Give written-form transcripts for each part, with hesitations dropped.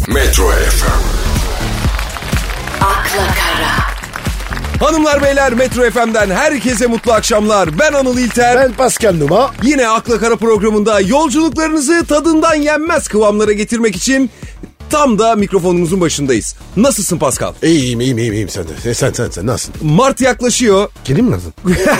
Metro FM. Akla Kara. Hanımlar beyler, Metro FM'den herkese mutlu akşamlar. Ben Anıl İlter. Ben Pascal Numa. Yine Akla Kara programında yolculuklarınızı tadından yenmez kıvamlara getirmek için tam da mikrofonumuzun başındayız. Nasılsın Pascal? İyiyim sen de. Sen nasılsın? Mart yaklaşıyor. Kelim lazım.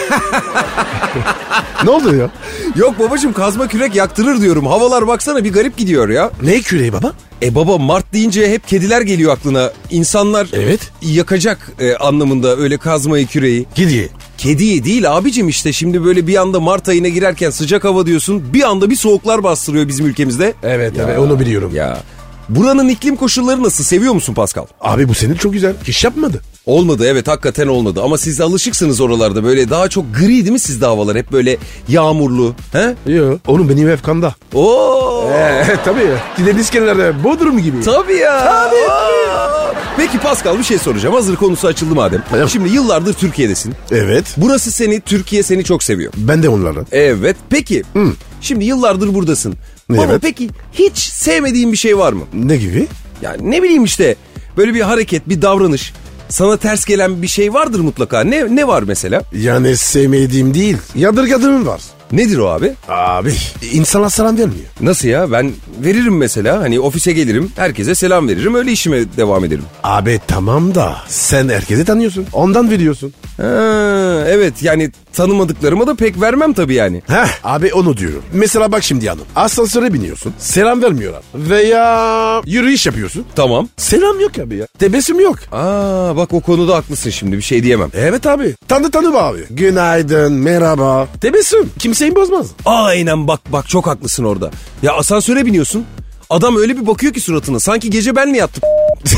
Ne oldu ya? Yok babacığım, kazma kürek yaktırır diyorum. Havalar baksana bir garip gidiyor ya. Ne küreği baba? Baba, Mart deyince hep kediler geliyor aklına. İnsanlar Evet. yakacak anlamında öyle kazmayı, küreği. Gidiyor. Kediyi değil abicim, işte şimdi böyle bir anda Mart ayına girerken sıcak hava diyorsun. Bir anda bir soğuklar bastırıyor bizim ülkemizde. Evet onu biliyorum. Ya buranın iklim koşulları nasıl, seviyor musun Pascal? Abi bu senin çok güzel. Hiç yapmadı. Olmadı, evet hakikaten olmadı ama siz de alışıksınız oralarda, böyle daha çok gri değil mi sizde havalar, hep böyle yağmurlu. He? Yok. Oğlum benim ev kanda. Oo. Tabii ya. Deniz kenarında Bodrum gibi. Tabii ya. Tabii. Peki Pascal, bir şey soracağım. Hazır konusu açıldı madem. Tamam. Şimdi yıllardır Türkiye'desin. Evet. Burası seni, Türkiye seni çok seviyor. Ben de onlarla. Evet. Peki. Şimdi yıllardır buradasın. Evet. Baba peki hiç sevmediğin bir şey var mı? Ne gibi? Yani ne bileyim işte, böyle bir hareket, bir davranış, sana ters gelen bir şey vardır mutlaka. Ne var mesela? Yani sevmediğim değil. Yadırgadığım var. Nedir o abi? Abi insana selam vermiyor. Nasıl ya? Ben veririm mesela, hani ofise gelirim, herkese selam veririm, öyle işime devam ederim. Abi tamam da sen herkesi tanıyorsun. Ondan veriyorsun. Ha, evet yani tanımadıklarıma da pek vermem tabii yani. Heh abi onu diyorum. Mesela bak şimdi hanım. Asansöre biniyorsun. Selam vermiyorlar. Veya yürüyüş yapıyorsun. Tamam. Selam yok abi ya. Tebessüm yok. Aa bak, o konuda haklısın, şimdi bir şey diyemem. Evet abi. Tanı abi. Günaydın, merhaba. Tebessüm. Kimseyi bozmaz. Aynen, bak çok haklısın orada. Ya asansöre biniyorsun, adam öyle bir bakıyor ki suratına, sanki gece ben mi yattım?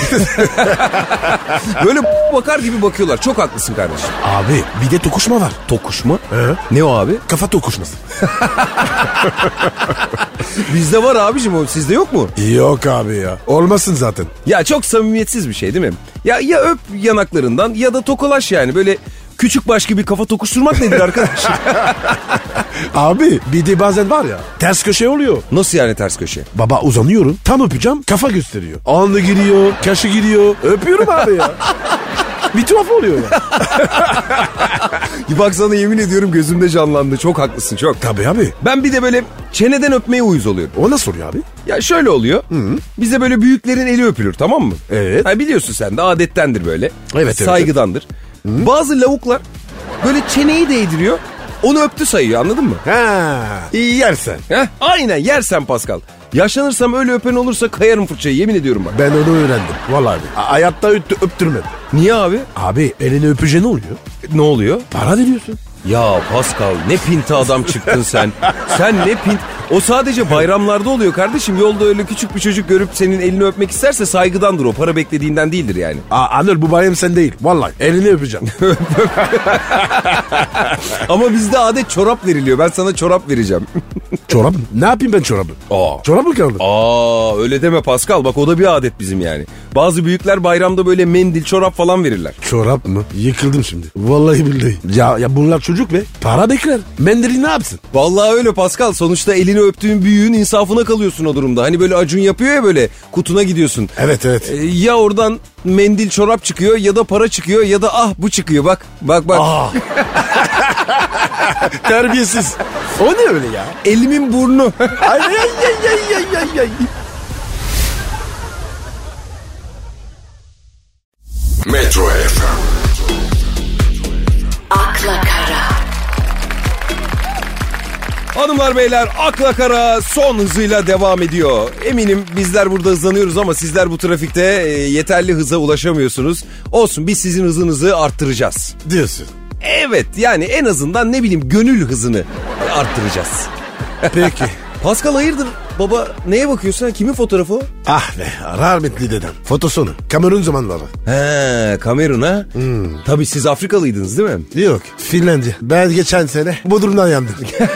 Böyle bakar gibi bakıyorlar. Çok haklısın kardeşim. Abi bir de tokuşma var. Tokuşma? He? Ne o abi? Kafa tokuşması. Bizde var abicim, o sizde yok mu? Yok abi ya. Olmasın zaten. Ya çok samimiyetsiz bir şey değil mi? Ya öp yanaklarından ya da tokalaş yani. Böyle küçük baş gibi kafa tokuşturmak nedir arkadaş? Abi bir de bazen var ya ters köşe oluyor. Nasıl yani ters köşe? Baba uzanıyorum, tam öpeceğim, kafa gösteriyor. Alnı giriyor, kaşı giriyor. Öpüyorum abi ya. Bir tuhaf oluyor ya. Bak sana yemin ediyorum gözümde canlandı. Çok haklısın, çok. Tabii abi. Ben bir de böyle çeneden öpmeye uyuz oluyorum. O nasıl oluyor abi? Ya şöyle oluyor. Bizde böyle büyüklerin eli öpülür, tamam mı? Evet. Ha, biliyorsun sen de adettendir böyle. Evet. Saygıdandır. Bazı lavuklar böyle çeneyi değdiriyor, onu öptü sayıyor, anladın mı? Ha, iyi yersen. Heh, aynen, yersen Pascal. Yaşlanırsam öyle öpen olursa kayarım fırçayı, yemin ediyorum bak. Ben onu öğrendim. Vallahi abi. Hayatta öptürmedim. Niye abi? Abi elini öpünce ne oluyor? Ne oluyor? Para veriyorsun. Ya Pascal, ne pinti adam çıktın sen. Sen ne pint... O sadece bayramlarda oluyor kardeşim. Yolda öyle küçük bir çocuk görüp senin elini öpmek isterse saygıdandır o. Para beklediğinden değildir yani. Anıl bu bayram sen değil. Vallahi elini öpeceğim. Ama bizde adet çorap veriliyor. Ben sana çorap vereceğim. Çorap mı? Ne yapayım ben çorabı? Çorap mı kaldı? Öyle deme Pascal. Bak o da bir adet bizim yani. Bazı büyükler bayramda böyle mendil, çorap falan verirler. Çorap mı? Yıkıldım şimdi. Vallahi billahi. Ya bunlar çocuk be. Para bekler. Mendili ne yapsın? Vallahi öyle Pascal. Sonuçta elini öptüğün büyüğün insafına kalıyorsun o durumda. Hani böyle Acun yapıyor ya, böyle kutuna gidiyorsun. Evet. Ya oradan mendil, çorap çıkıyor ya da para çıkıyor ya da bu çıkıyor bak. Terbiyesiz. O ne öyle ya? Elimin burnu. Ay. Metro FM. Akla Kara. Hanımlar beyler, Akla Kara son hızıyla devam ediyor. Eminim bizler burada hızlanıyoruz ama sizler bu trafikte yeterli hıza ulaşamıyorsunuz. Olsun, biz sizin hızınızı arttıracağız. Diyorsun. Evet, yani en azından ne bileyim gönül hızını arttıracağız. Peki. Pascal hayırdır baba, neye bakıyorsun? Kimin fotoğrafı o? Ah be, rahmetli dedem. Fotosunu. Kamerun zamanları. He, Kamerun ha? Tabii siz Afrikalıydınız değil mi? Yok, Finlandiya. Ben geçen sene Bodrum'dan yandım.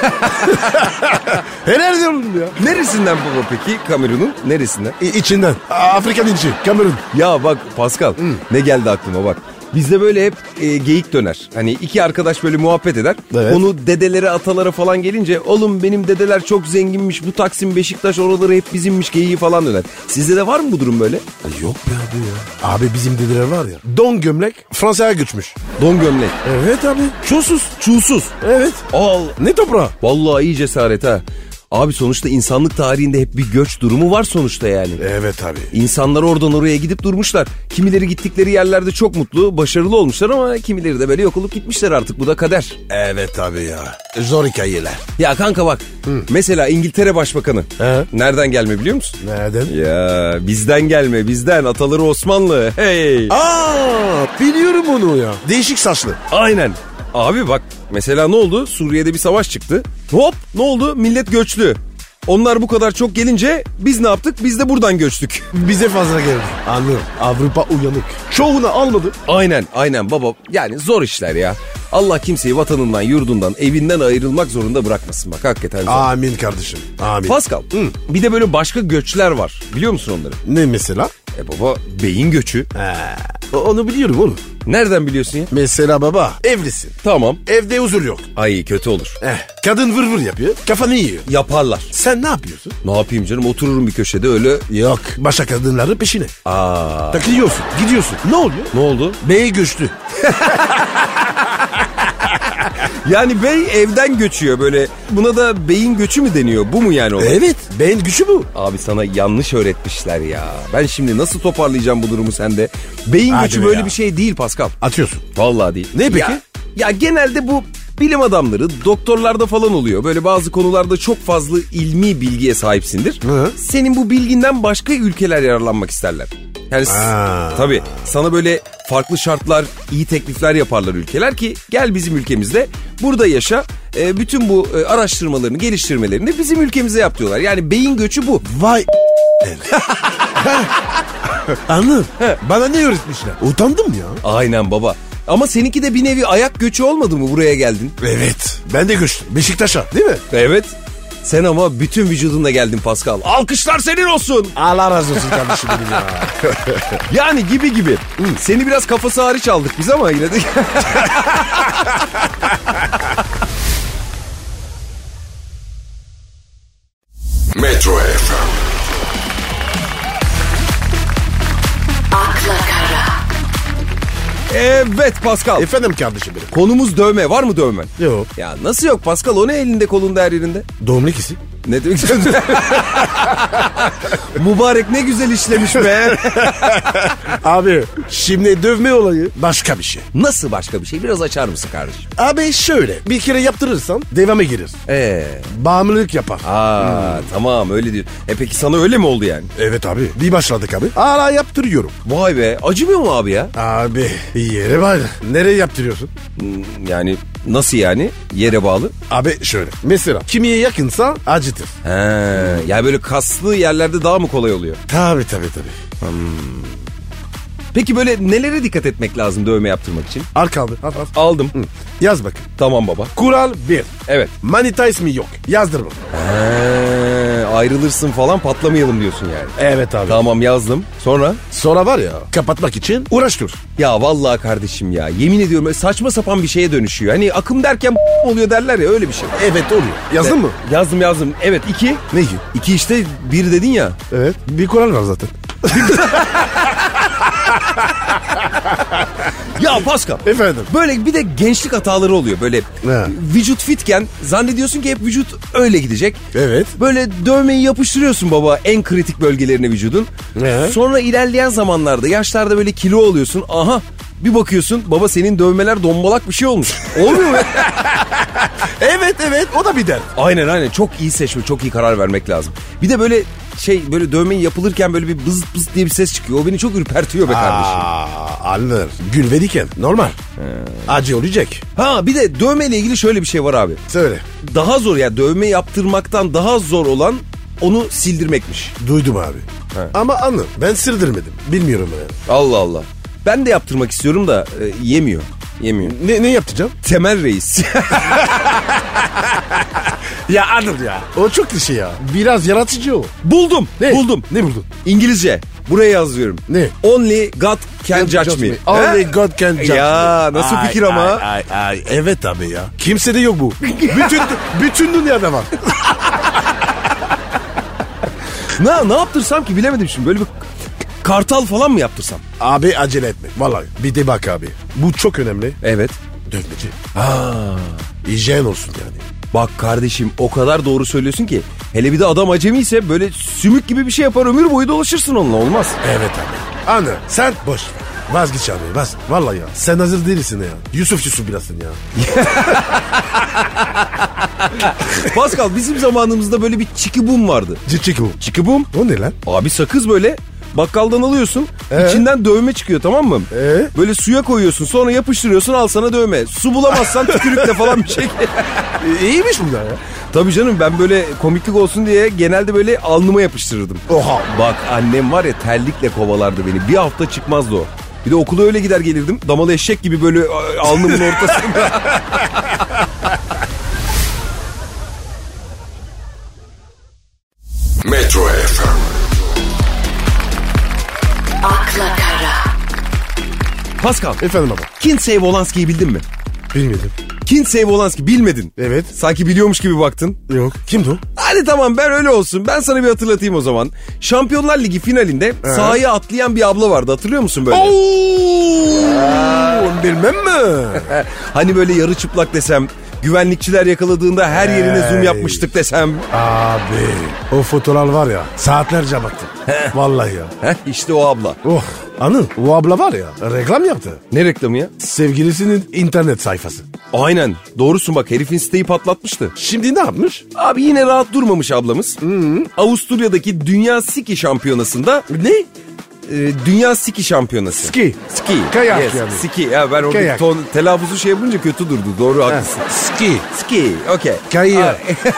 Helal oldum ya. Neresinden baba peki Kamerun'un? Neresinden? İçinden. Afrika'nın içi. Kamerun. Ya bak Pascal, ne geldi aklıma bak. Bizde böyle hep geyik döner. Hani iki arkadaş böyle muhabbet eder. Evet. Onu dedelere atalara falan gelince oğlum benim dedeler çok zenginmiş. Bu Taksim Beşiktaş oraları hep bizimmiş geyiği falan döner. Sizde de var mı bu durum böyle? Yok be abi ya. Abi bizim dedeler var ya. Don gömlek Fransa'ya göçmüş. Don gömlek. Evet abi. Çulsuz. Çulsuz. Evet. Al. Ne toprağı? Vallahi iyi cesaret ha. Abi sonuçta insanlık tarihinde hep bir göç durumu var sonuçta yani. Evet abi. İnsanlar oradan oraya gidip durmuşlar. Kimileri gittikleri yerlerde çok mutlu, başarılı olmuşlar ama kimileri de böyle yok olup gitmişler artık. Bu da kader. Evet abi ya. Zor hikayeler. Ya kanka bak. Mesela İngiltere Başbakanı. He. Nereden gelme biliyor musun? Nereden? Ya bizden gelme bizden. Ataları Osmanlı. Hey. Biliyorum onu ya. Değişik saçlı. Aynen. Abi bak mesela ne oldu? Suriye'de bir savaş çıktı. Hop ne oldu? Millet göçtü. Onlar bu kadar çok gelince biz ne yaptık? Biz de buradan göçtük. Bize fazla geldi. Anlıyorum. Avrupa uyanık. Çoğunu almadı. Aynen baba. Yani zor işler ya. Allah kimseyi vatanından, yurdundan, evinden ayrılmak zorunda bırakmasın bak hakikaten zor. Amin kardeşim. Amin. Pascal, bir de böyle başka göçler var. Biliyor musun onları? Ne mesela? Baba beyin göçü. Onu biliyorum oğlum. Nereden biliyorsun ya? Mesela baba evlisin. Tamam. Evde huzur yok. Ay kötü olur. Kadın vır vır yapıyor. Kafanı yiyor. Yaparlar. Sen ne yapıyorsun? Ne yapayım canım otururum bir köşede öyle. Yok. Başka kadınların peşine. Aa. Takılıyorsun. Gidiyorsun. Ne oluyor? Ne oldu? Bey göçtü. Yani bey evden göçüyor böyle. Buna da beyin göçü mü deniyor? Bu mu yani o? Evet. Beyin gücü bu. Abi sana yanlış öğretmişler ya. Ben şimdi nasıl toparlayacağım bu durumu sende? Beyin Hadi göçü be böyle ya. bir şey değil Pascal. Atıyorsun. Vallahi değil. Ne peki? Ya genelde bu bilim adamları, doktorlarda falan oluyor. Böyle bazı konularda çok fazla ilmi bilgiye sahipsindir. Hı. Senin bu bilginden başka ülkeler yararlanmak isterler. Yani tabii sana böyle farklı şartlar, iyi teklifler yaparlar ülkeler ki gel bizim ülkemizde burada yaşa. Bütün bu araştırmalarını, geliştirmelerini bizim ülkemize yap diyorlar. Yani beyin göçü bu. Vay. Anladım. Bana ne öğretmişler? Utandım ya. Aynen baba. Ama seninki de bir nevi ayak göçü olmadı mı buraya geldin? Evet. Ben de göçtüm. Beşiktaş'a değil mi? Evet. Sen ama bütün vücudunla geldin Pascal. Alkışlar senin olsun. Allah razı olsun kardeşim benim ya. Yani gibi. Seni biraz kafası hariç aldık biz ama yine de. Metro FM. akla kara, Evet Pascal. Efendim kardeşim benim. Konumuz dövme. Var mı dövmen? Yok. Ya nasıl yok Pascal? O ne elinde kolunda her yerinde? Doğum ikisi. Ne demek istiyorsun? Mübarek ne güzel işlemiş be. Abi şimdi dövme olayı başka bir şey. Nasıl başka bir şey? Biraz açar mısın kardeşim? Abi şöyle bir kere yaptırırsan devamı girer. Bağımlılık yapar. Tamam öyle diyor. Peki sana öyle mi oldu yani? Evet abi. Bir başladık abi. Hala yaptırıyorum. Vay be. Acımıyor mu abi ya? Abi yere var. Nereye yaptırıyorsun? Yani nasıl yani? Yere bağlı. Abi şöyle. Mesela kimiye yakınsa acıtır. Yani böyle kaslı yerlerde daha mı kolay oluyor? Tabii. Peki böyle nelere dikkat etmek lazım dövme yaptırmak için? Al kaldı. Al. Aldım. Yaz bakın. Tamam baba. Kural 1. Evet. Manita ismi yok. Yazdırma. Ayrılırsın falan patlamayalım diyorsun yani. Evet abi. Tamam yazdım. Sonra? Sonra var ya kapatmak için uğraştır. Ya vallahi kardeşim ya yemin ediyorum böyle saçma sapan bir şeye dönüşüyor. Hani akım derken oluyor derler ya öyle bir şey. Evet oluyor. Yazdın mı? Yazdım. Evet 2. Ne ki? 2 işte 1 dedin ya. Evet. Bir kural var zaten. Ya Pascal. Efendim? Böyle bir de gençlik hataları oluyor. Böyle vücut fitken zannediyorsun ki hep vücut öyle gidecek. Evet. Böyle dövmeyi yapıştırıyorsun baba en kritik bölgelerine vücudun. Sonra ilerleyen zamanlarda yaşlarda böyle kilo oluyorsun. Aha bir bakıyorsun baba senin dövmeler dombalak bir şey olmuş. Olmuyor mu? Evet o da bir dert. Aynen çok iyi seçme çok iyi karar vermek lazım. Bir de böyle böyle dövmeyi yapılırken böyle bir bız bız diye bir ses çıkıyor. O beni çok ürpertiyor be kardeşim. Anlar. Gül verirken normal. Acı olacak. Bir de dövmeyle ilgili şöyle bir şey var abi. Söyle. Daha zor ya dövme yaptırmaktan daha zor olan onu sildirmekmiş. Duydum abi. Ama anladım. Ben sırtırmadım. Bilmiyorum yani. Allah. Ben de yaptırmak istiyorum da yemiyor. Ne yaptıracağım? Temel Reis. Ya Anıl ya. O çok klişe ya. Biraz yaratıcı o. Buldum. Ne? Buldum. Ne buldun? İngilizce. Buraya yazıyorum. Ne? Only God can judge me. Only He? God can judge Ya me. nasıl fikir ama? Ay. Evet abi ya. Kimsede yok bu. bütün dünyada var. Ne yaptırsam ki bilemedim şimdi. Böyle bir kartal falan mı yaptırsam? Abi acele etme. Vallahi bir de bak abi. Bu çok önemli. Evet. Dövmeci. Hijyen olsun yani. Bak kardeşim o kadar doğru söylüyorsun ki. Hele bir de adam acemi ise böyle sümük gibi bir şey yapar, ömür boyu dolaşırsın onunla, olmaz. Evet abi. Anne sen boş ver. Vazgeç abi. Vallahi ya. Sen hazır değilsin ya. Yusuf birazsın ya. Pascal, bizim zamanımızda böyle bir çikibum vardı. Çiki. Çikibum? O ne lan? Abi sakız böyle bakkaldan alıyorsun. İçinden dövme çıkıyor, tamam mı? Böyle suya koyuyorsun, sonra yapıştırıyorsun, al sana dövme. Su bulamazsan tükürükle falan bir şey. İyiymiş bunlar ya. Tabii canım, ben böyle komiklik olsun diye genelde böyle alnıma yapıştırırdım. Oha. Bak annem var ya, terlikle kovalardı beni. Bir hafta çıkmazdı o. Bir de okula öyle gider gelirdim. Damalı eşek gibi böyle alnımın ortasında. Metro FM. akla kara, Pascal, Efendim baba. Kinsey Wolanski'yi bildin mi? Bilmedim. Kinsey Wolanski bilmedin. Evet. Sanki biliyormuş gibi baktın. Yok. Kimdi o? Hadi tamam, ben öyle olsun. Ben sana bir hatırlatayım o zaman. Şampiyonlar Ligi finalinde sahaya atlayan bir abla vardı, hatırlıyor musun böyle? Bilmem mi? Hani böyle yarı çıplak desem, güvenlikçiler yakaladığında her yerine zoom yapmıştık desem. Abi o fotoğraf var ya, saatlerce baktım. Vallahi ya. İşte o abla. Oh Anıl, o abla var ya, reklam yaptı. Ne reklamı ya? Sevgilisinin internet sayfası. Aynen, doğrusun bak, herifin siteyi patlatmıştı. Şimdi ne yapmış? Abi yine rahat durmamış ablamız. Avusturya'daki Dünya Ski Şampiyonası'nda... Ne? Dünya Ski Şampiyonası. Ski. Ski. Kayak yes, yani. Ski. Ya ben orada Kayak. telaffuzu şey yapınca kötü durdu. Doğru, haklısın. Ski. Ski. Okey. Kayak.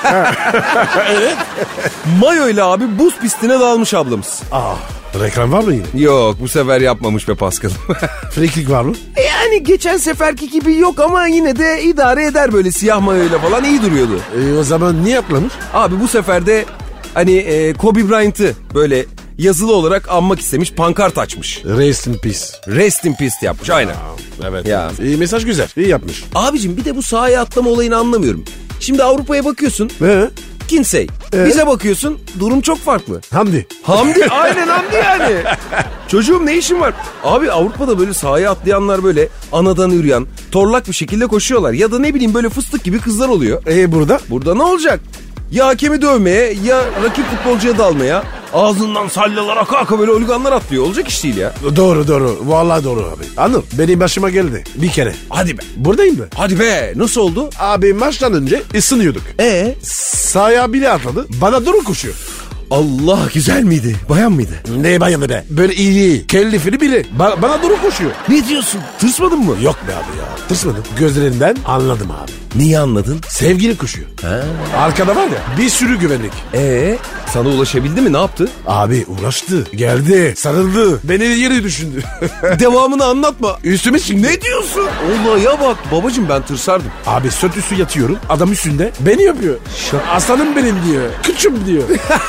Mayo'yla abi buz pistine dalmış ablamız. Reklam var mı yine? Yok, bu sefer yapmamış be Paskal'ım. Frikik var mı? Yani geçen seferki gibi yok ama yine de idare eder, böyle siyah mayoyla falan iyi duruyordu. O zaman niye atlamış? Abi bu sefer de hani Kobe Bryant'ı böyle yazılı olarak anmak istemiş, pankart açmış. Rest in peace. Rest in peace yapmış, aynen. Evet. Ya. İyi, mesaj güzel. İyi yapmış. Abicim bir de bu sahaya atlama olayını anlamıyorum. Şimdi Avrupa'ya bakıyorsun, Kinsey. Bize bakıyorsun, durum çok farklı. Hamdi. Hamdi, aynen Hamdi yani. Çocuğum ne işin var? Abi Avrupa'da böyle sahaya atlayanlar böyle anadan üryan, torlak bir şekilde koşuyorlar. Ya da ne bileyim böyle fıstık gibi kızlar oluyor. Burada? Burada ne olacak? Ya hakemi dövmeye, ya rakip futbolcuya dalmaya, ağzından salyalar aka böyle oliganlar atlıyor. Olacak iş değil ya. Doğru. Vallahi doğru abi. Anıl, benim başıma geldi. Bir kere. Hadi be. Buradayım mı? Hadi be. Nasıl oldu? Abi maçtan önce ısınıyorduk. Sahaya biri atladı. Bana doğru koşuyor. Allah, güzel miydi? Bayan mıydı? Ne bayanı be? Böyle iyi. Kellifini biri. Bana doğru koşuyor. Ne diyorsun? Tırsmadın mı? Yok be abi ya. Tırsmadım. Gözlerinden anladım abi. Niye anladın? Sevgili koşuyor. Arkada var ya, bir sürü güvenlik. Sana ulaşabildi mi? Ne yaptı? Abi uğraştı. Geldi. Sarıldı. Beni yeri düşündü. Devamını anlatma. Üstüme çıktı. Ne diyorsun? Olaya bak. Babacım ben tırsardım. Abi sırt üstü yatıyorum. Adam üstünde. Beni yapıyor. Aslanım benim diyor. Küçüm diyor.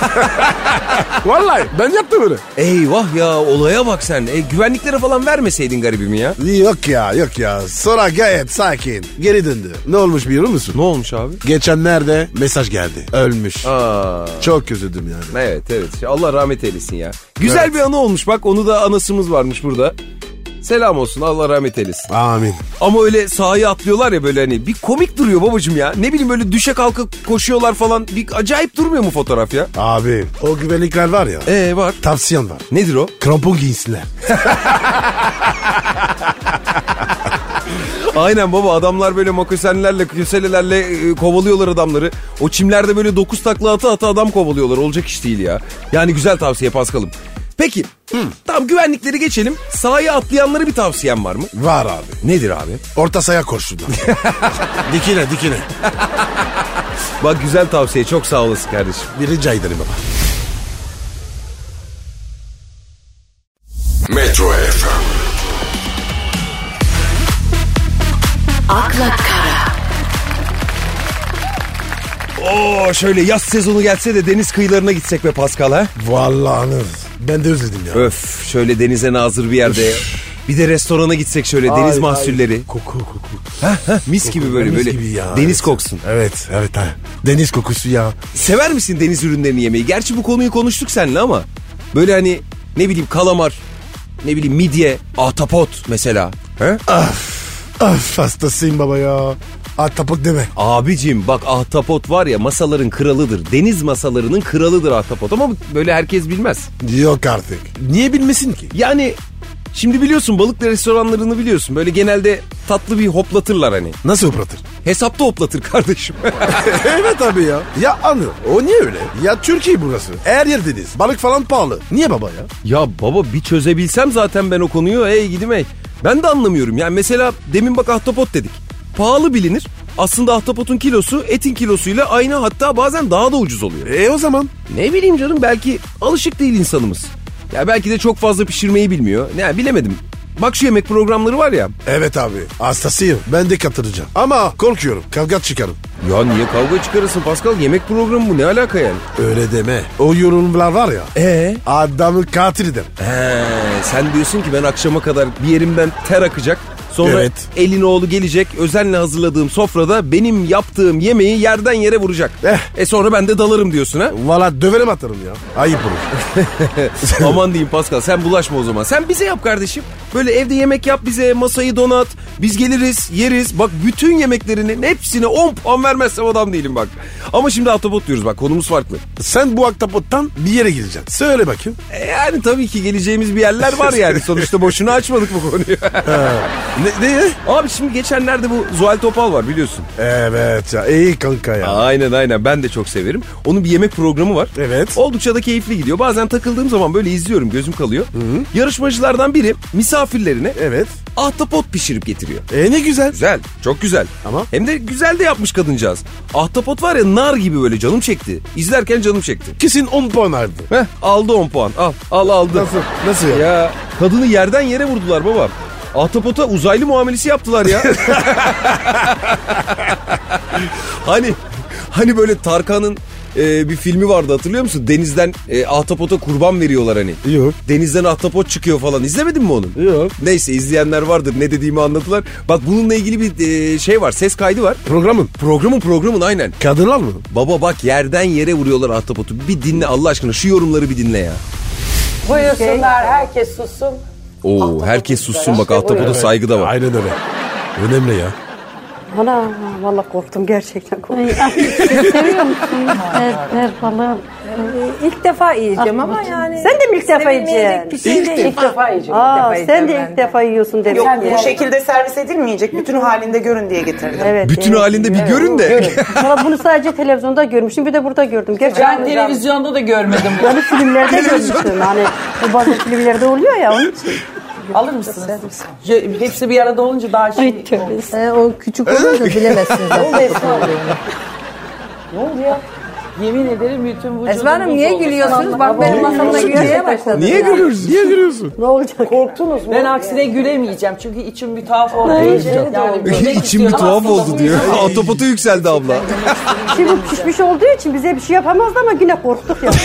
Vallahi ben yaptım öyle. Eyvah ya, olaya bak sen. Güvenliklere falan vermeseydin garibimi ya. Yok ya. Sonra gayet sakin. Geri döndü. Ne olmuş biliyor musun? Ne olmuş abi? Geçenlerde mesaj geldi. Ölmüş. Çok üzüldüm yani. Evet. Allah rahmet eylesin ya. Güzel bir anı olmuş bak, onu da anasımız varmış burada. Selam olsun, Allah rahmet eylesin. Amin. Ama öyle sahaya atlıyorlar ya böyle, hani bir komik duruyor babacım ya. Ne bileyim böyle düşe kalka koşuyorlar falan. Bir acayip durmuyor mu fotoğraf ya? Abi o güvenlikler var ya. Var. Tavsiyen var. Nedir o? Krampon giysinler. Aynen baba, adamlar böyle mokosenlerle, köselelerle kovalıyorlar adamları. O çimlerde böyle 9 takla ata adam kovalıyorlar. Olacak iş değil ya. Yani güzel tavsiye Paskal'ım. Peki tamam, güvenlikleri geçelim. Sahaya atlayanlara bir tavsiyen var mı? Var abi. Nedir abi? Orta sahaya koşsun. Dikine. Bak güzel tavsiye, çok sağ olasın kardeşim. Bir rica ederim baba. Metro FM. akla kara, Oo şöyle yaz sezonu gelse de deniz kıyılarına gitsek be Pascal ha? Vallahi Anıl. Ben de özledim ya. Öf şöyle denize nazır bir yerde. Bir de restorana gitsek şöyle deniz mahsulleri. Koku. Mis gibi böyle mis böyle gibi ya, deniz evet. koksun. Evet ha. Deniz kokusu ya. Sever misin deniz ürünlerini yemeyi? Gerçi bu konuyu konuştuk seninle ama böyle hani ne bileyim kalamar, ne bileyim midye, ahtapot mesela. He? Of hastasıyım baba ya. Ahtapot deme. Abicim bak ahtapot var ya masaların kralıdır. Deniz masalarının kralıdır ahtapot ama böyle herkes bilmez. Yok artık. Niye bilmesin ki? Yani şimdi biliyorsun balık restoranlarını biliyorsun. Böyle genelde tatlı bir hoplatırlar hani. Nasıl hoplatır? Hesapta hoplatır kardeşim. Evet abi ya. Ya Anıl o niye öyle? Ya Türkiye burası. Her yer deniz. Balık falan pahalı. Niye baba ya? Ya baba bir çözebilsem zaten ben o konuyu. Ey gidim ey. Ben de anlamıyorum. Yani mesela demin bak ahtapot dedik. Pahalı bilinir. Aslında ahtapotun kilosu etin kilosuyla aynı, hatta bazen daha da ucuz oluyor. O zaman? Ne bileyim canım, belki alışık değil insanımız. Ya belki de çok fazla pişirmeyi bilmiyor. Ne bilemedim. Bak şu yemek programları var ya. Evet abi hastasıyım. Ben de katılacağım. Ama korkuyorum. Kavga çıkarım. Ya niye kavga çıkarırsın Pascal? Yemek programı bu, ne alaka yani? Öyle deme. O yorumlar var ya. Adamın katili der. Sen diyorsun ki ben akşama kadar bir yerimden ter akacak. Sonra Evet. elin oğlu gelecek, özenle hazırladığım sofrada benim yaptığım yemeği yerden yere vuracak. Sonra ben de dalarım diyorsun ha? Valla döverim atarım ya. Ayıp olur. Aman diyeyim Pascal, sen bulaşma o zaman. Sen bize yap kardeşim. Böyle evde yemek yap bize, masayı donat. Biz geliriz, yeriz. Bak bütün yemeklerinin hepsine 10 puan vermezsem adam değilim bak. Ama şimdi ahtapot diyoruz, bak konumuz farklı. Sen bu ahtapottan bir yere gireceksin. Söyle bakayım. Yani tabii ki geleceğimiz bir yerler var yani. Sonuçta boşuna açmadık bu konuyu. Ne? Abi şimdi geçenlerde bu Zuhal Topal var biliyorsun. Evet ya iyi kanka ya. Aynen ben de çok severim. Onun bir yemek programı var. Evet. Oldukça da keyifli gidiyor. Bazen takıldığım zaman böyle izliyorum, gözüm kalıyor. Yarışmacılardan biri misafirlerine ahtapot pişirip getiriyor. Ne güzel. Güzel, çok güzel. Ama? Hem de güzel de yapmış kadıncağız. Ahtapot var ya, nar gibi, böyle canım çekti. İzlerken canım çekti. Kesin 10 puan aldı. Aldı 10 puan. Al aldı. Nasıl ya? Ya kadını yerden yere vurdular baba. Ahtapota uzaylı muamelesi yaptılar ya. Hani böyle Tarkan'ın bir filmi vardı, hatırlıyor musun? Denizden ahtapota kurban veriyorlar hani. Yok. Denizden ahtapot çıkıyor falan. İzlemedin mi onu? Yok. Neyse, izleyenler vardır, ne dediğimi anladılar. Bak bununla ilgili bir şey var, ses kaydı var. Programın aynen. Kadınlar mı? Baba bak yerden yere vuruyorlar ahtapotu. Bir dinle Allah aşkına, şu yorumları bir dinle ya. Buyursunlar, herkes sussun. Oo, herkes sussun bak, ahtapota saygı da var. Aynen öyle. Önemli ya. Ana vallahi korktum, gerçekten korktum. Seviyor musun her balığı? İlk defa yiyeceğim ama yani. Sen de mi ilk defa sevilmeyecek bir yiyeceksin? şey değil. İlk defa yiyeceğim. Sen de ilk defa yiyorsun demek. Yok bu şekilde servis edilmeyecek. Bütün halinde görün diye getirdim. Evet. Bütün halinde bir görün de. Valla bunu sadece televizyonda görmüştüm, bir de burada gördüm. Gerçekten Ben televizyonda da görmedim. yani filmlerde görmüştüm. Hani bazı filmlerde oluyor ya, onun için. Alır mısınız? Hepsi bir arada olunca daha şey. Ay tövbe. O küçük olunca bilemezsiniz. Ne oldu ya? Yemin ederim bütün vücudum Esma Hanım buz niye oldu. gülüyorsunuz? Bak benim masamda gülmeye başladı. Niye gülüyorsun? Ne olacak? Korktunuz mu? Ben aksine gülemeyeceğim çünkü içim bir tuhaf oldu. Yani İçim bir tuhaf oldu diyor. Ahtapotu yükseldi abla. Şimdi bu pişmiş olduğu için bize bir şey yapamazdı ama yine korktuk ya.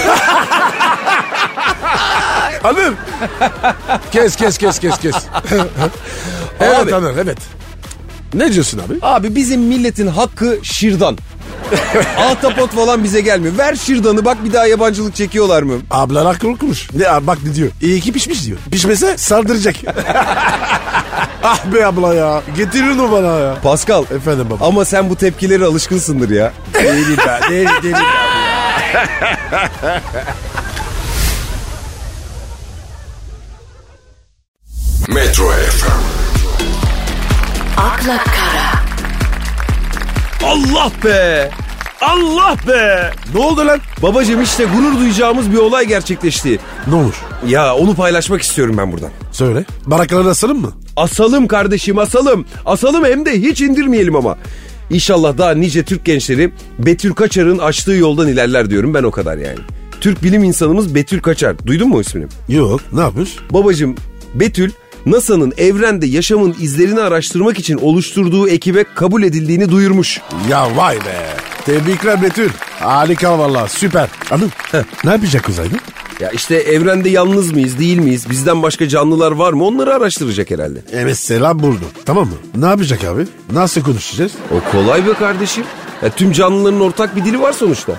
Anıl. Kes. Evet Abi. Anıl evet. Ne diyorsun abi? Abi bizim milletin hakkı şırdan. Ahtapot falan bize gelmiyor. Ver şırdanı, bak bir daha yabancılık çekiyorlar mı? Ablan haklı okumuş. Bak ne diyor. İyi ki pişmiş diyor. Pişmese saldıracak. Ah be abla ya. Getirin o bana ya. Pascal. Efendim baba. Ama sen bu tepkilere alışkınsındır ya. Değilim ben. Değilim abi. Metro FM. Akla Kara. Allah be! Allah be! Ne oldu lan? Babacığım işte gurur duyacağımız bir olay gerçekleşti. Ne olur? Ya onu paylaşmak istiyorum ben buradan. Söyle. Barakaları asalım mı? Asalım kardeşim, asalım. Asalım, hem de hiç indirmeyelim ama. İnşallah daha nice Türk gençleri Betül Kaçar'ın açtığı yoldan ilerler diyorum ben, o kadar yani. Türk bilim insanımız Betül Kaçar. Duydun mu ismini? Yok. Ne yapmış? Babacığım, Betül NASA'nın evrende yaşamın izlerini araştırmak için oluşturduğu ekibe kabul edildiğini duyurmuş. Ya vay be. Tebrikler Betül. Harika valla süper. Hanım ne yapacak uzayda? Ya işte evrende yalnız mıyız değil miyiz? Bizden başka canlılar var mı? Onları araştıracak herhalde. Mesela buldu. Tamam mı? Ne yapacak abi? Nasıl konuşacağız? O kolay be kardeşim. Ya tüm canlıların ortak bir dili var sonuçta.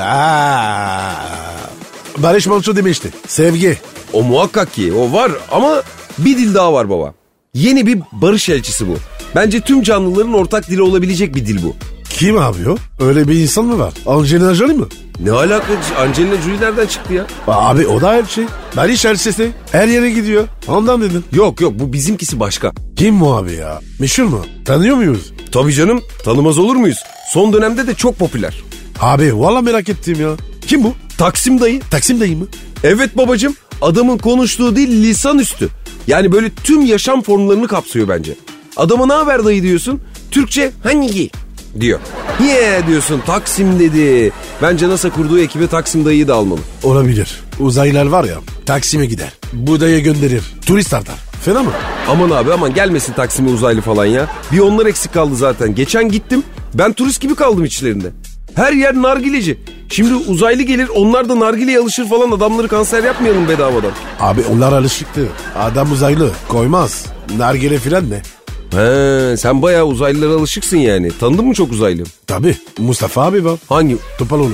Barış Manço demişti. Sevgi. O muhakkak ki o var ama bir dil daha var baba. Yeni bir barış elçisi bu. Bence tüm canlıların ortak dili olabilecek bir dil bu. Kim abi o? Öyle bir insan mı var? Angelina Jolie mi? Ne alaka? Angelina Jolie nereden çıktı ya? Abi o da her şey. Barış elçisi. Her yere gidiyor. Ondan dedim. Yok bu bizimkisi başka. Kim bu abi ya? Meşhur mu? Tanıyor muyuz? Tabii canım, tanımaz olur muyuz? Son dönemde de çok popüler. Abi valla merak ettim ya. Kim bu? Taksim dayı. Taksim dayı mı? Evet babacığım, adamın konuştuğu dil lisan üstü. Yani böyle tüm yaşam formlarını kapsıyor bence. Adama ne haber dayı diyorsun, Türkçe hangi diyor. Niye diyorsun, Taksim dedi. Bence NASA kurduğu ekibe Taksim dayıyı da almalı. Olabilir. Uzaylılar var ya Taksim'e gider. Budaya gönderir. Turist artar. Fena mı? Aman abi aman, gelmesin Taksim'e uzaylı falan ya. Bir onlar eksik kaldı zaten. Geçen gittim, ben turist gibi kaldım içlerinde. Her yer nargileci. Şimdi uzaylı gelir, onlar da nargileye alışır falan, adamları kanser yapmayalım bedavadan. Abi onlar alışıktı. Adam uzaylı koymaz. Nargile filan ne? He, sen bayağı uzaylılara alışıksın yani. Tanıdın mı çok uzaylı? Tabii. Mustafa abi var. Hangi? Topaloğlu.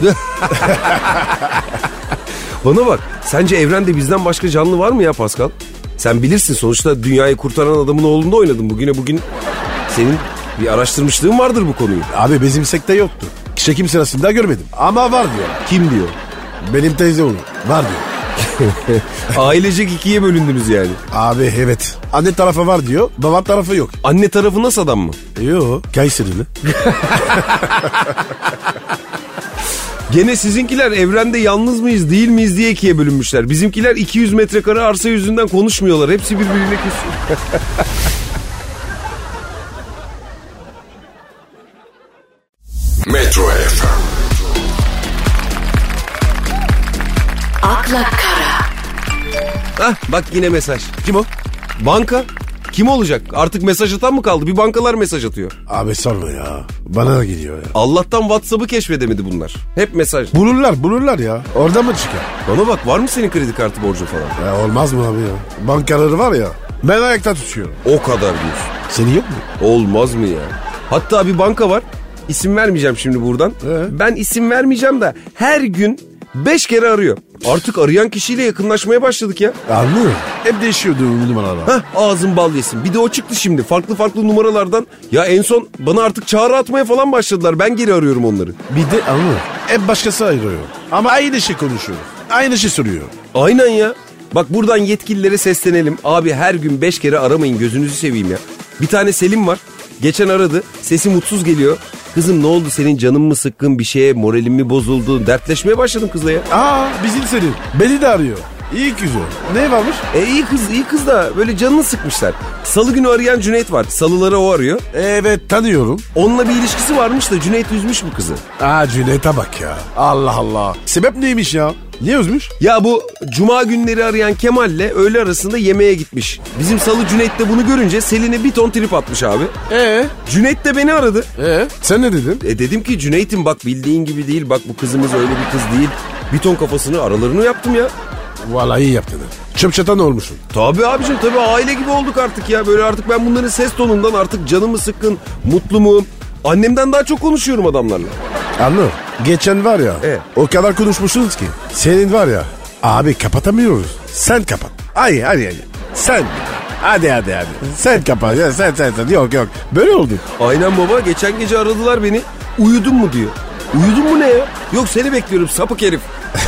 Bana bak, sence evrende bizden başka canlı var mı ya Pascal? Sen bilirsin, sonuçta dünyayı kurtaran adamın oğlunda oynadın. Bugün senin bir araştırmışlığın vardır bu konuyu. Abi bizim sekte yoktu. Çekim sırasında görmedim. Ama var diyor. Kim diyor? Benim teyze oğlu. Var diyor. Ailecek ikiye bölündünüz yani. Abi evet. Anne tarafı var diyor. Baba tarafı yok. Anne tarafı nasıl adam mı? Yok. Kayserili. Gene sizinkiler evrende yalnız mıyız değil miyiz diye ikiye bölünmüşler. Bizimkiler 200 metrekare arsa yüzünden konuşmuyorlar. Hepsi birbirine küs. Metro FM. akla kara, Hah, bak yine mesaj. Kim o? Banka. Kim olacak? Artık mesaj atan mı kaldı? Bir bankalar mesaj atıyor. Abi sorma ya. Bana da gidiyor ya. Allah'tan WhatsApp'ı keşfedemedi bunlar. Hep mesaj. Bulurlar ya. Orada mı çıkar? Bana bak, var mı senin kredi kartı borcu falan? Ya olmaz mı abi ya? Bankaları var ya. Ben ayakta tutuyorum. O kadar diyorsun. Senin yok mu? Olmaz mı ya? Hatta bir banka var. İsim vermeyeceğim şimdi buradan. Ben isim vermeyeceğim de her gün 5 kere arıyor. Artık arayan kişiyle yakınlaşmaya başladık ya. Anlıyorum. Hep değişiyordu numaralar. Heh, ağzın bal yesin. Bir de o çıktı şimdi. Farklı numaralardan. Ya en son bana artık çağrı atmaya falan başladılar. Ben geri arıyorum onları. Bir de anlıyorum. Hep başkası ayırıyor. Ama aynı şey konuşuyor. Aynı şey soruyor. Aynen ya. Bak buradan yetkililere seslenelim. Abi her gün 5 kere aramayın, gözünüzü seveyim ya. Bir tane Selim var. Geçen aradı. Sesi mutsuz geliyor. Kızım ne oldu, senin canın mı sıkkın, bir şeye moralin mi bozuldu? Dertleşmeye başladım kızla ya. Bizim Selim. Beni de arıyor. İyi güzel. Ne varmış? İyi kız da böyle canını sıkmışlar. Salı günü arayan Cüneyt var. Salıları o arıyor. Evet tanıyorum. Onunla bir ilişkisi varmış da Cüneyt üzmüş bu kızı. Cüneyt'e bak ya. Allah Allah. Sebep neymiş ya? Niye üzmüş? Ya bu cuma günleri arayan Kemal'le öğle arasında yemeğe gitmiş. Bizim Salı Cüneyt de bunu görünce Selin'e bir ton trip atmış abi. Cüneyt de beni aradı. Sen ne dedin? Dedim ki Cüneyt'im bak, bildiğin gibi değil. Bak bu kızımız öyle bir kız değil. Bir ton kafasını aralarını yaptım ya. Vallahi iyi yaptın. Çöpçatan olmuşsun. Tabii abicim, tabii aile gibi olduk artık ya. Böyle artık ben bunların ses tonundan artık canımı sıkkın, mutlu mu? Annemden daha çok konuşuyorum adamlarla. Anladın? Geçen var ya. O kadar konuşmuşsunuz ki. Senin var ya. Abi kapatamıyoruz. Sen kapat. Hayır. Sen. Hadi. Sen kapat. Ya, sen. Yok. Böyle oldu. Aynen baba, geçen gece aradılar beni. Uyudun mu diyor. Uyudun mu ne ya? Yok seni bekliyorum sapık herif.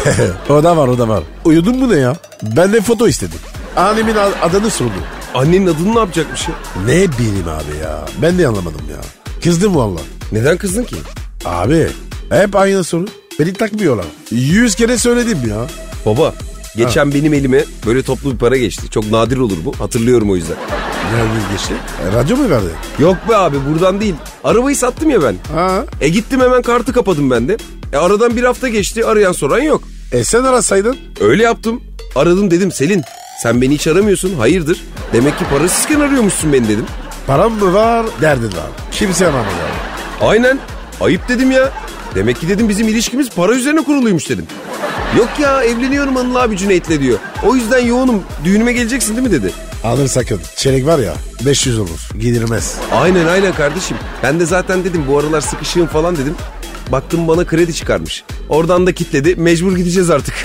O da var. Uyudun mu ne ya? Ben de foto istedim. Annemin adını sordu. Annenin adını ne yapacakmış ya? Ne bileyim abi ya. Ben de anlamadım ya. Kızdım valla. Neden kızdın ki? Abi hep aynı soru. Beni takmıyorlar. 100 kere söyledim ya. Baba geçen benim elime böyle toplu bir para geçti. Çok nadir olur bu. Hatırlıyorum o yüzden. Nerede geçti? Radyo mu verdi? Yok be abi, buradan değil. Arabayı sattım ya ben. Gittim hemen kartı kapadım ben de. Aradan bir hafta geçti, arayan soran yok. Sen arasaydın? Öyle yaptım. Aradım, dedim Selin sen beni hiç aramıyorsun, hayırdır? Demek ki parasızken arıyormuşsun beni dedim. Param mı var, derdin var. Kimse aramıyor. Aynen. Ayıp dedim ya. Demek ki dedim bizim ilişkimiz para üzerine kuruluymuş dedim. Yok ya evleniyorum Anıl abi Cüneyt'le diyor. O yüzden yoğunum düğünüme geleceksin değil mi dedi. Alır sakın. Çeyrek var ya 500 olur. Gidilmez. Aynen kardeşim. Ben de zaten dedim bu aralar sıkışığım falan dedim. Baktım bana kredi çıkarmış. Oradan da kitledi. Mecbur gideceğiz artık.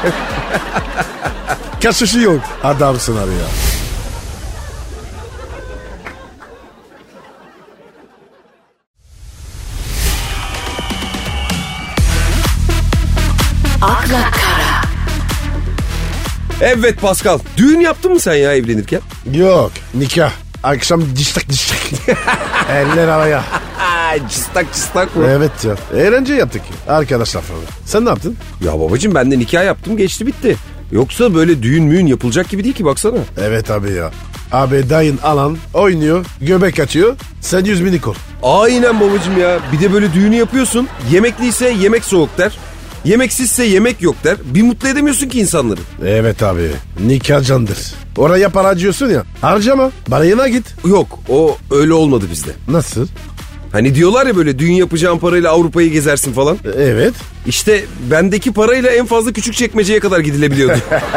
Kaçışı yok. Adamsın abi ya. akla kara, Evet Pascal. Düğün yaptın mı sen ya evlenirken? Yok. Nikah. Akşam diştak. Eller havaya. Cıstak mı? Evet ya. Eğlence yaptık arkadaşlar falan. Sen ne yaptın? Ya babacığım ben de nikah yaptım geçti bitti. Yoksa böyle düğün müğün yapılacak gibi değil ki baksana. Evet abi ya. Abi dayın alan oynuyor. Göbek atıyor. Sen 100 minik ol. Aynen babacığım ya. Bir de böyle düğünü yapıyorsun. Yemekliyse yemek soğuk der. Yemeksizse yemek yok der. Bir mutlu edemiyorsun ki insanları. Evet abi. Nikah candır. Oraya para harcıyorsun ya. Harcama. Barayına git. Yok o öyle olmadı bizde. Nasıl? Hani diyorlar ya böyle düğün yapacağın parayla Avrupa'yı gezersin falan. Evet. İşte bendeki parayla en fazla Küçükçekmece'ye kadar gidilebiliyordu.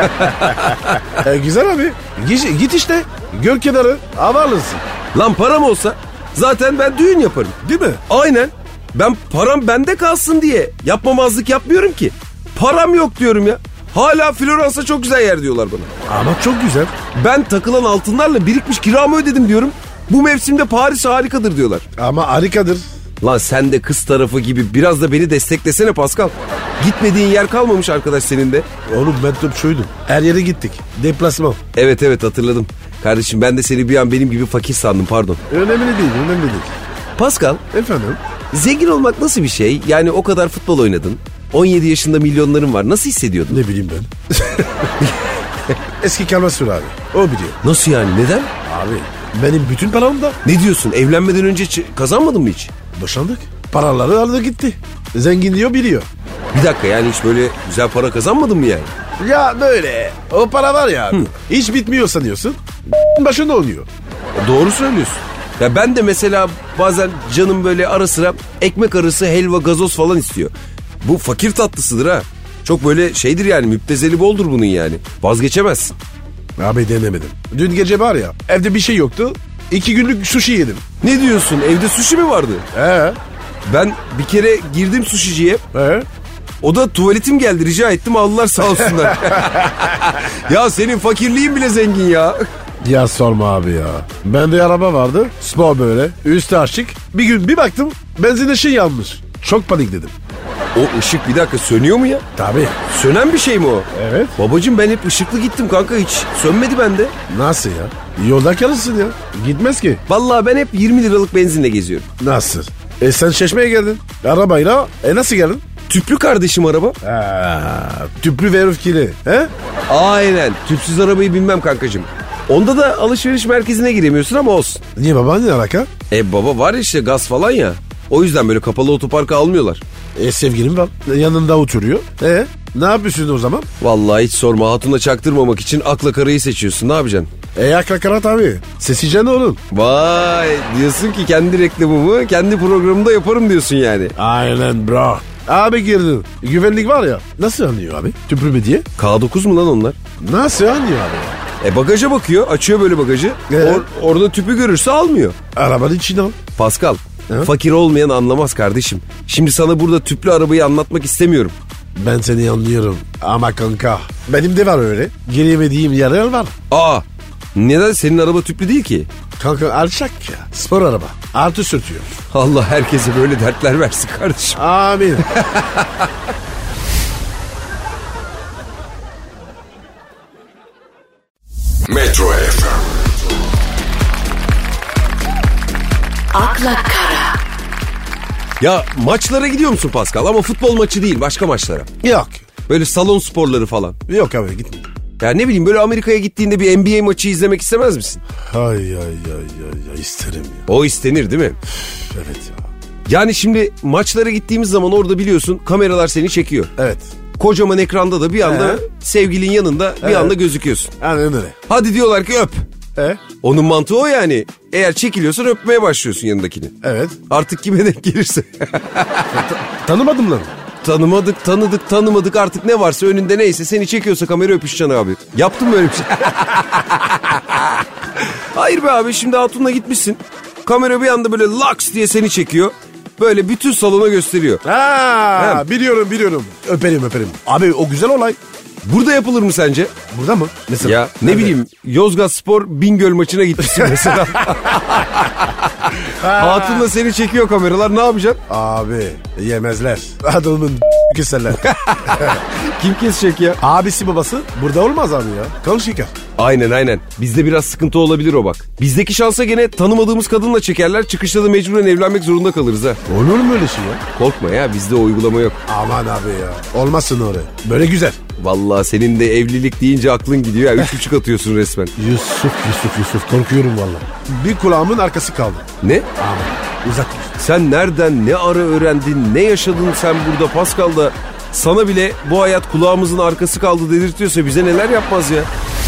Güzel abi. Git işte. Göl kenarı. Hava alırsın. Lan param olsa zaten ben düğün yaparım. Değil mi? Aynen. Ben param bende kalsın diye yapmamazlık yapmıyorum ki. Param yok diyorum ya. Hala Floransa çok güzel yer diyorlar bana. Ama çok güzel. Ben takılan altınlarla birikmiş kiramı ödedim diyorum. Bu mevsimde Paris harikadır diyorlar. Ama harikadır. Lan sen de kız tarafı gibi biraz da beni desteklesene Pascal. Gitmediğin yer kalmamış arkadaş senin de. Oğlum ben topçuydum. Her yere gittik. Deplasman. Evet hatırladım. Kardeşim ben de seni bir an benim gibi fakir sandım pardon. Önemli değil. Pascal Efendim? zengin olmak nasıl bir şey? Yani o kadar futbol oynadın. 17 yaşında milyonların var. Nasıl hissediyordun? Ne bileyim ben. Eski kalma süre abi. O biliyor. Nasıl yani? Neden? Abi benim bütün param da. Ne diyorsun? Evlenmeden önce kazanmadın mı hiç? Boşandık. Paraları aldı gitti. Zengin diyor biliyor. Bir dakika yani hiç böyle güzel para kazanmadın mı yani? Ya böyle. O para var ya. Hiç bitmiyor sanıyorsun. Başında oluyor. Doğru söylüyorsun. Ya ben de mesela bazen canım böyle ara sıra ekmek arası helva gazoz falan istiyor. Bu fakir tatlısıdır ha. Çok böyle şeydir yani müptezeli boldur bunun yani. Vazgeçemezsin. Abi denemedim. Dün gece var ya evde bir şey yoktu. 2 günlük sushi yedim. Ne diyorsun? Evde sushi mi vardı? Ben bir kere girdim sushiciye. O da tuvaletim geldi rica ettim aldılar sağ olsunlar. Ya senin fakirliğin bile zengin ya. Ya sorma abi ya. Bende araba vardı. Spor böyle. Üstü açık. Bir gün bir baktım benzin ışığı yanmış. Çok panikledim. O ışık bir dakika sönüyor mu ya? Tabii. Sönen bir şey mi o? Evet. Babacığım ben hep ışıklı gittim kanka hiç sönmedi bende. Nasıl ya? Yolda kalırsın ya. Gitmez ki. Vallahi ben hep 20 liralık benzinle geziyorum. Nasıl? Sen Çeşme'ye geldin. Arabayla. Nasıl geldin? Tüplü kardeşim araba. Tüplü ve öfkeli. He? Aynen tüpsüz arabayı bilmem kankacığım. Onda da alışveriş merkezine giremiyorsun ama olsun. Niye baba ne alaka? Baba var işte gaz falan ya. O yüzden böyle kapalı otoparka almıyorlar. Sevgilim var. Yanında oturuyor. Ne yapıyorsun o zaman? Vallahi hiç sorma hatuna çaktırmamak için akla karayı seçiyorsun ne yapacaksın? Akla kara tabii. Seçeceksin oğlum. Vay diyorsun ki kendi reklamımı kendi programımda yaparım diyorsun yani. Aynen bro. Abi girdin. Güvenlik var ya. Nasıl anlıyor abi? Tüplü mü diye? K9 mu lan onlar? Nasıl anlıyor abi ya? Bagaja bakıyor açıyor böyle bagajı. Orada tüpü görürse almıyor. Arabanın içine al. Pascal fakir olmayan anlamaz kardeşim. Şimdi sana burada tüplü arabayı anlatmak istemiyorum. Ben seni anlıyorum ama kanka benim de var öyle. Giremediğim yerler var. Neden senin araba tüplü değil ki? Kanka alçak ya. Spor araba. Artı sürtüyor. Allah herkese böyle dertler versin kardeşim. Amin. Metro FM. akla kara, Ya maçlara gidiyor musun Pascal? Ama futbol maçı değil başka maçlara. Yok. Böyle salon sporları falan. Yok abi gitme. Ya ne bileyim böyle Amerika'ya gittiğinde bir NBA maçı izlemek istemez misin? Ay isterim ya. O istenir değil mi? Evet ya. Yani şimdi maçlara gittiğimiz zaman orada biliyorsun kameralar seni çekiyor. Evet. Kocaman ekranda da bir anda sevgilin yanında bir anda gözüküyorsun. Aynen öyle. Hadi diyorlar ki öp. E? Onun mantığı o yani. Eğer çekiliyorsan öpmeye başlıyorsun yanındakini. Evet. Artık kime denk gelirse. Tanımadım lan. Tanımadık artık ne varsa önünde neyse seni çekiyorsa kamera öpüşeceksin abi. Yaptın mı öyle bir şey? Hayır be abi şimdi hatunla gitmişsin. Kamera bir anda böyle laks diye seni çekiyor. Böyle bütün salona gösteriyor. Biliyorum. Öperim. Abi o güzel olay. Burada yapılır mı sence? Burada mı? Mesela. Ya ne bileyim Yozgatspor Bingöl maçına gitmişsin mesela. Hatunla seni çekiyor kameralar ne yapacaksın? Abi yemezler. Adamın keserler. Kim kesecek ya? Abisi babası burada olmaz abi ya. Kalış yıkar. Aynen. Bizde biraz sıkıntı olabilir o bak. Bizdeki şansa gene tanımadığımız kadınla çekerler. Çıkışta da mecburen evlenmek zorunda kalırız ha. Olur mu öyle şey ya? Korkma ya bizde o uygulama yok. Aman abi ya. Olmazsın oraya. Böyle güzel. Vallahi senin de evlilik deyince aklın gidiyor ya. 3,5 atıyorsun resmen. Yusuf korkuyorum vallahi. Bir kulağımın arkası kaldı. Ne? Abi uzak. Sen nereden ne ara öğrendin ne yaşadın sen burada Pascal da sana bile bu hayat kulağımızın arkası kaldı dedirtiyorsa bize neler yapmaz ya.